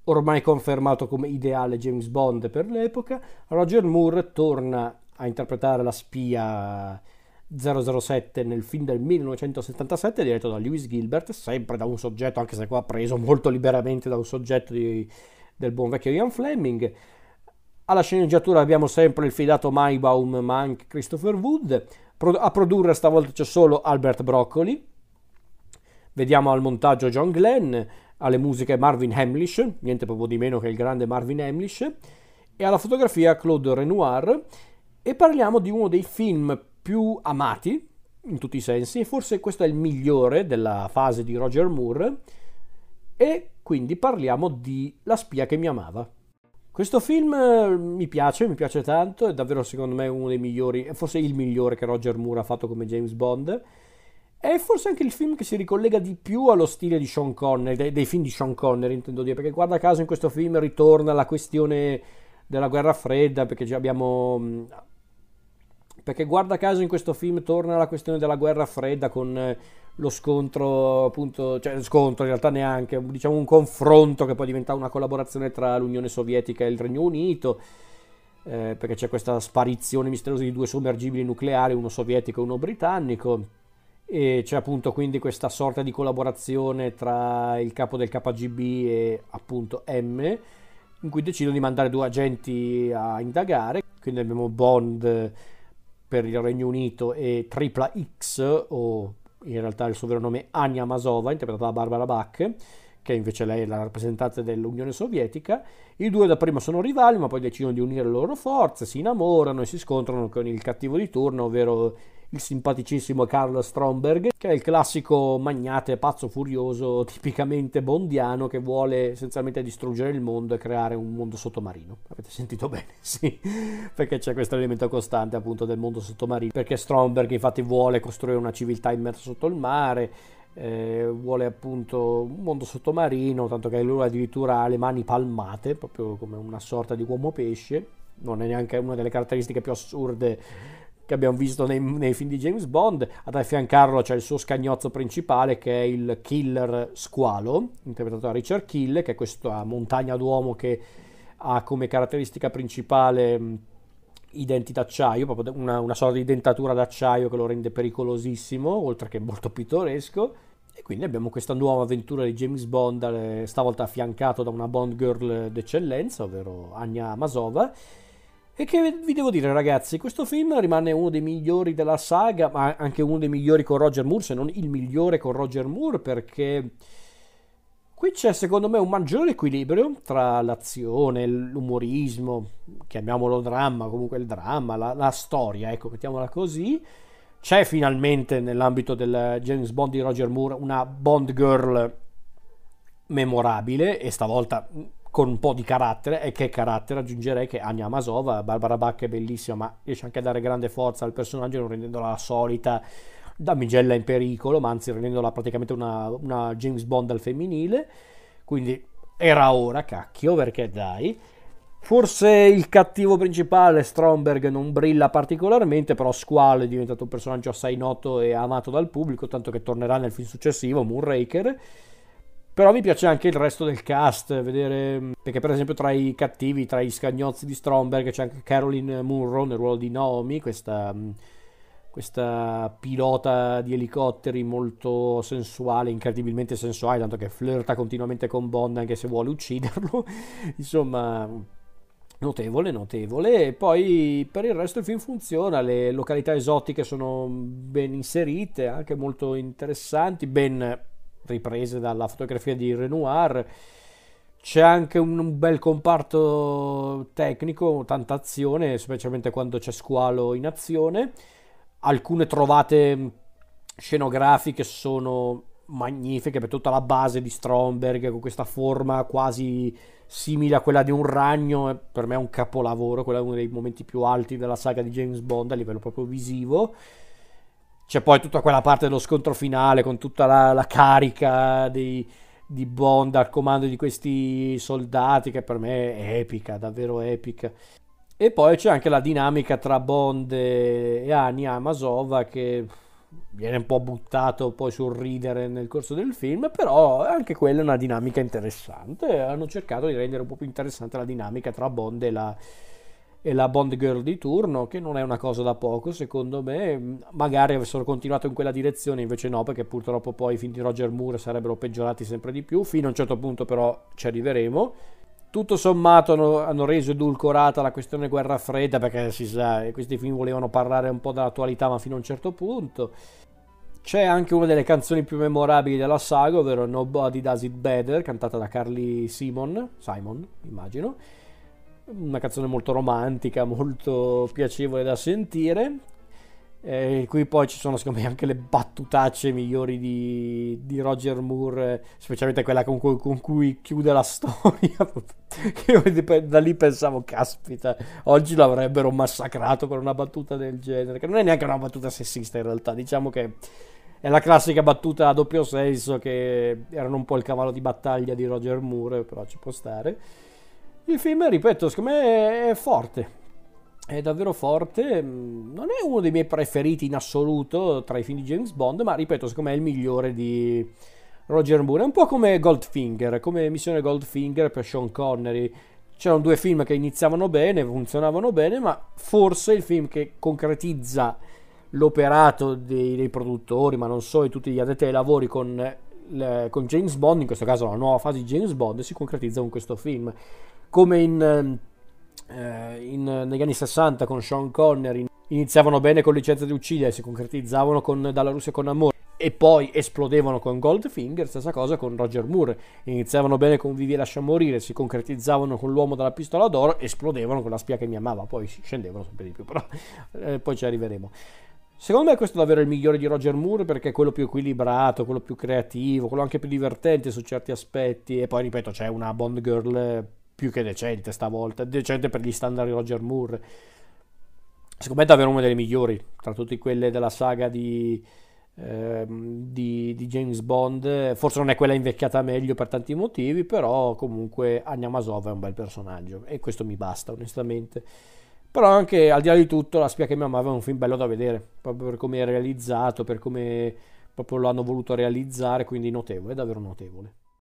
ormai confermato come ideale James Bond per l'epoca. Roger Moore torna a interpretare la spia 007 nel film del 1977 diretto da Lewis Gilbert, sempre da un soggetto, anche se qua preso molto liberamente da un soggetto del buon vecchio Ian Fleming. Alla sceneggiatura abbiamo sempre il fidato Maibaum, ma anche Christopher Wood. A produrre stavolta c'è solo Albert Broccoli. Vediamo al montaggio John Glenn, alle musiche Marvin Hamlish, niente proprio di meno che il grande Marvin Hamlish, e alla fotografia Claude Renoir. E parliamo di uno dei film più amati in tutti i sensi, e forse questo è il migliore della fase di Roger Moore, e quindi parliamo di La spia che mi amava. Questo film mi piace tanto, è davvero secondo me uno dei migliori, forse il migliore che Roger Moore ha fatto come James Bond. È forse anche il film che si ricollega di più allo stile di Sean Connery, dei film di Sean Connery intendo dire, perché guarda caso in questo film ritorna la questione della guerra fredda, perché guarda caso in questo film torna la questione della guerra fredda con lo scontro, appunto, cioè scontro in realtà neanche, diciamo un confronto che poi diventa una collaborazione tra l'Unione Sovietica e il Regno Unito, perché c'è questa sparizione misteriosa di due sommergibili nucleari, uno sovietico e uno britannico. E c'è appunto quindi questa sorta di collaborazione tra il capo del KGB e appunto M, in cui decidono di mandare due agenti a indagare. Quindi abbiamo Bond per il Regno Unito e Tripla X, o in realtà il suo vero nome Anya Masova, interpretata da Barbara Bach, che invece lei è la rappresentante dell'Unione Sovietica. I due dapprima sono rivali, ma poi decidono di unire le loro forze, si innamorano e si scontrano con il cattivo di turno, ovvero il simpaticissimo Karl Stromberg, che è il classico magnate pazzo furioso tipicamente bondiano che vuole essenzialmente distruggere il mondo e creare un mondo sottomarino. Avete sentito bene? Sì, perché c'è questo elemento costante appunto del mondo sottomarino, perché Stromberg infatti vuole costruire una civiltà immersa sotto il mare, vuole appunto un mondo sottomarino, tanto che lui addirittura ha le mani palmate, proprio come una sorta di uomo pesce. Non è neanche una delle caratteristiche più assurde che abbiamo visto nei film di James Bond. Ad affiancarlo c'è il suo scagnozzo principale, che è il Killer Squalo, interpretato da Richard Kill, che è questa montagna d'uomo che ha come caratteristica principale i denti d'acciaio, proprio una sorta di dentatura d'acciaio che lo rende pericolosissimo, oltre che molto pittoresco. E quindi abbiamo questa nuova avventura di James Bond, stavolta affiancato da una Bond girl d'eccellenza, ovvero Anya Masova. E che vi devo dire, ragazzi, questo film rimane uno dei migliori della saga, ma anche uno dei migliori con Roger Moore, se non il migliore con Roger Moore, perché qui c'è secondo me un maggiore equilibrio tra l'azione, l'umorismo, chiamiamolo dramma, comunque il dramma, la storia, ecco, mettiamola così. C'è finalmente nell'ambito del James Bond di Roger Moore una Bond girl memorabile, e stavolta con un po' di carattere. E che carattere, aggiungerei, che Anya Masova, Barbara Bach è bellissima, ma riesce anche a dare grande forza al personaggio, non rendendola la solita damigella in pericolo, ma anzi rendendola praticamente una James Bond al femminile. Quindi era ora, cacchio, perché dai. Forse il cattivo principale, Stromberg, non brilla particolarmente, però Squall è diventato un personaggio assai noto e amato dal pubblico, tanto che tornerà nel film successivo, Moonraker. Però mi piace anche il resto del cast, vedere, perché per esempio tra i cattivi, tra i scagnozzi di Stromberg, c'è anche Caroline Munro nel ruolo di Naomi, questa pilota di elicotteri molto sensuale, incredibilmente sensuale, tanto che flirta continuamente con Bond anche se vuole ucciderlo. Insomma, notevole. E poi per il resto il film funziona, le località esotiche sono ben inserite, anche molto interessanti, ben riprese dalla fotografia di Renoir. C'è anche un bel comparto tecnico, tanta azione, specialmente quando c'è Squalo in azione. Alcune trovate scenografiche sono magnifiche, per tutta la base di Stromberg con questa forma quasi simile a quella di un ragno. Per me è un capolavoro, quello è uno dei momenti più alti della saga di James Bond a livello proprio visivo. C'è poi tutta quella parte dello scontro finale con tutta la carica di Bond al comando di questi soldati, che per me è epica, davvero epica. E poi c'è anche la dinamica tra Bond e Anya Masova, che viene un po' buttato poi sul ridere nel corso del film, però anche quella è una dinamica interessante. Hanno cercato di rendere un po' più interessante la dinamica tra Bond e la Bond Girl di turno, che non è una cosa da poco secondo me. Magari avessero continuato in quella direzione, invece no, perché purtroppo poi i film di Roger Moore sarebbero peggiorati sempre di più. Fino a un certo punto però ci arriveremo. Tutto sommato hanno reso edulcorata la questione guerra fredda, perché si sa, questi film volevano parlare un po' dell'attualità, ma fino a un certo punto. C'è anche una delle canzoni più memorabili della saga, ovvero Nobody Does It Better, cantata da Carly Simon, immagino. Una canzone molto romantica, molto piacevole da sentire. Qui poi ci sono secondo me anche le battutacce migliori di Roger Moore, specialmente quella con cui chiude la storia. Che io da lì pensavo, caspita, oggi l'avrebbero massacrato per una battuta del genere, che non è neanche una battuta sessista in realtà, diciamo che è la classica battuta a doppio senso, che erano un po' il cavallo di battaglia di Roger Moore, però ci può stare. Il film, ripeto, secondo me è forte. È davvero forte. Non è uno dei miei preferiti in assoluto tra i film di James Bond, ma ripeto, secondo me è il migliore di Roger Moore. È un po' come Goldfinger, come Missione Goldfinger per Sean Connery. C'erano due film che iniziavano bene, funzionavano bene, ma forse il film che concretizza l'operato dei produttori, ma non solo, di tutti gli addetti ai lavori con James Bond, in questo caso la nuova fase di James Bond, si concretizza con questo film. Come negli anni 60 con Sean Connery iniziavano bene con Licenza di uccidere, si concretizzavano con Dalla Russia con amore e poi esplodevano con Goldfinger. Stessa cosa con Roger Moore, iniziavano bene con Vivi e lascia morire, si concretizzavano con L'uomo dalla pistola d'oro, esplodevano con La spia che mi amava, poi si scendevano sempre di più, però poi ci arriveremo. Secondo me questo è davvero il migliore di Roger Moore, perché è quello più equilibrato, quello più creativo, quello anche più divertente su certi aspetti. E poi ripeto, c'è una Bond Girl più che decente stavolta, decente per gli standard di Roger Moore. Secondo me è davvero una delle migliori tra tutte quelle della saga di James Bond. Forse non è quella invecchiata meglio per tanti motivi, però comunque Anya Masov è un bel personaggio e questo mi basta onestamente. Però anche al di là di tutto La spia che mi amava è un film bello da vedere, proprio per come è realizzato, per come proprio lo hanno voluto realizzare, quindi notevole, davvero notevole.